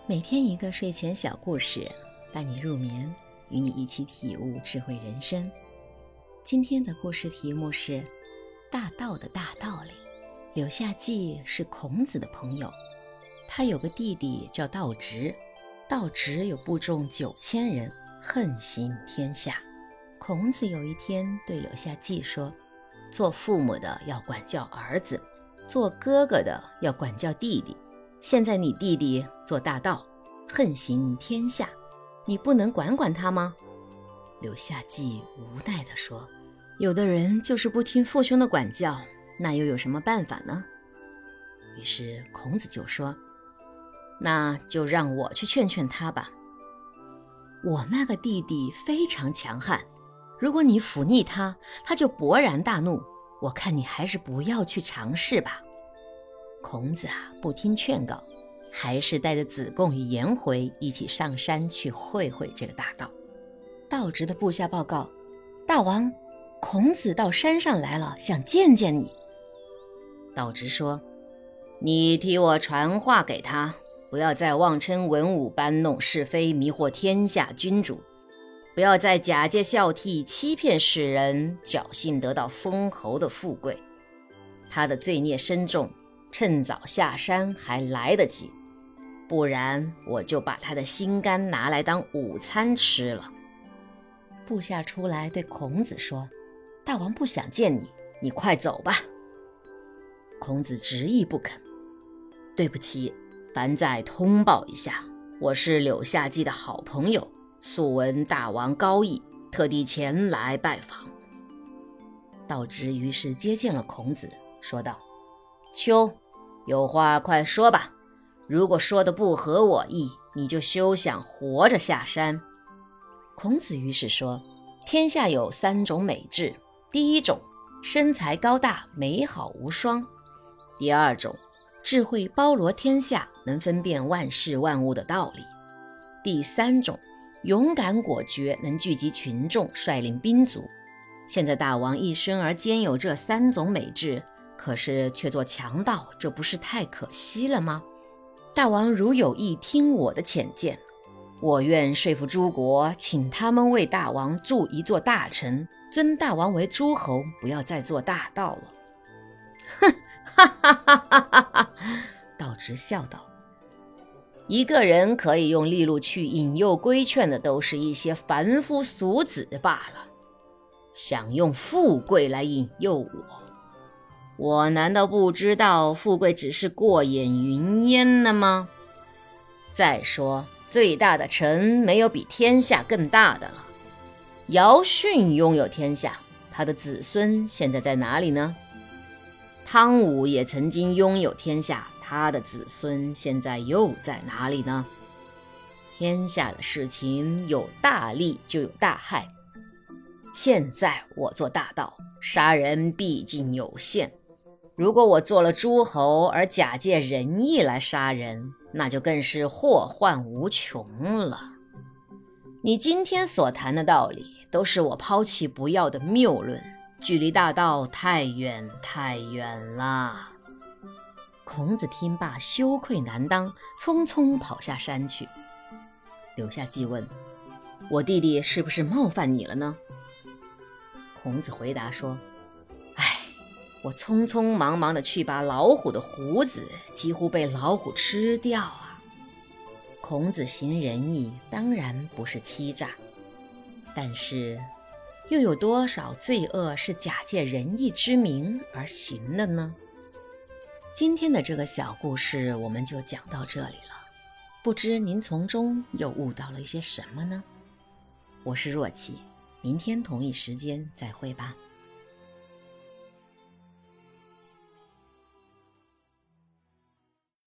每天一个睡前小故事，带你入眠，与你一起体悟智慧人生。今天的故事题目是大道的大道理。柳下骥是孔子的朋友，他有个弟弟叫道直，道直有部众9000人，横行天下。孔子有一天对柳下骥说，做父母的要管教儿子，做哥哥的要管教弟弟。现在你弟弟做大道，横行天下，你不能管管他吗？柳下骥无奈地说，有的人就是不听父兄的管教，那又有什么办法呢？于是孔子就说，那就让我去劝劝他吧。我那个弟弟非常强悍，如果你忤逆他，他就勃然大怒，我看你还是不要去尝试吧。孔子不听劝告，还是带着子贡与颜回一起上山去会会这个大道。道直的部下报告，大王，孔子到山上来了，想见见你。道直说，你替我传话给他，不要再妄称文武，搬弄是非，迷惑天下君主，不要再假借孝悌，欺骗世人，侥幸得到封侯的富贵。他的罪孽深重，趁早下山还来得及，不然我就把他的心肝拿来当午餐吃了。部下出来对孔子说，大王不想见你，你快走吧。孔子执意不肯，对不起，烦再通报一下，我是柳下骥的好朋友，素闻大王高义，特地前来拜访。道直于是接见了孔子，说道，丘，有话快说吧，如果说的不合我意，你就休想活着下山。孔子于是说，天下有3种美质，第一种，身材高大，美好无双；第二种，智慧包罗天下，能分辨万事万物的道理；第三种，勇敢果决，能聚集群众，率领兵卒。现在大王一生而兼有这3种美质，可是却做强盗，这不是太可惜了吗？大王如有意听我的浅见，我愿说服诸国，请他们为大王筑一座大城，尊大王为诸侯，不要再做大道了。哼，哈哈哈哈哈哈！道直笑道，一个人可以用利禄去引诱规劝的，都是一些凡夫俗子罢了，想用富贵来引诱我难道不知道富贵只是过眼云烟了吗？再说，最大的臣没有比天下更大的了。尧舜拥有天下，他的子孙现在在哪里呢？汤武也曾经拥有天下，他的子孙现在又在哪里呢？天下的事情有大利就有大害，现在我做大道，杀人毕竟有限，如果我做了诸侯而假借仁义来杀人，那就更是祸患无穷了。你今天所谈的道理，都是我抛弃不要的谬论，距离大道太远太远了。孔子听罢，羞愧难当，匆匆跑下山去。柳下骥问，我弟弟是不是冒犯你了呢？孔子回答说，我匆匆忙忙地去拔老虎的胡子，几乎被老虎吃掉啊。孔子行仁义，当然不是欺诈，但是又有多少罪恶是假借仁义之名而行的呢？今天的这个小故事我们就讲到这里了，不知您从中又悟到了一些什么呢？我是若琪，明天同一时间再会吧。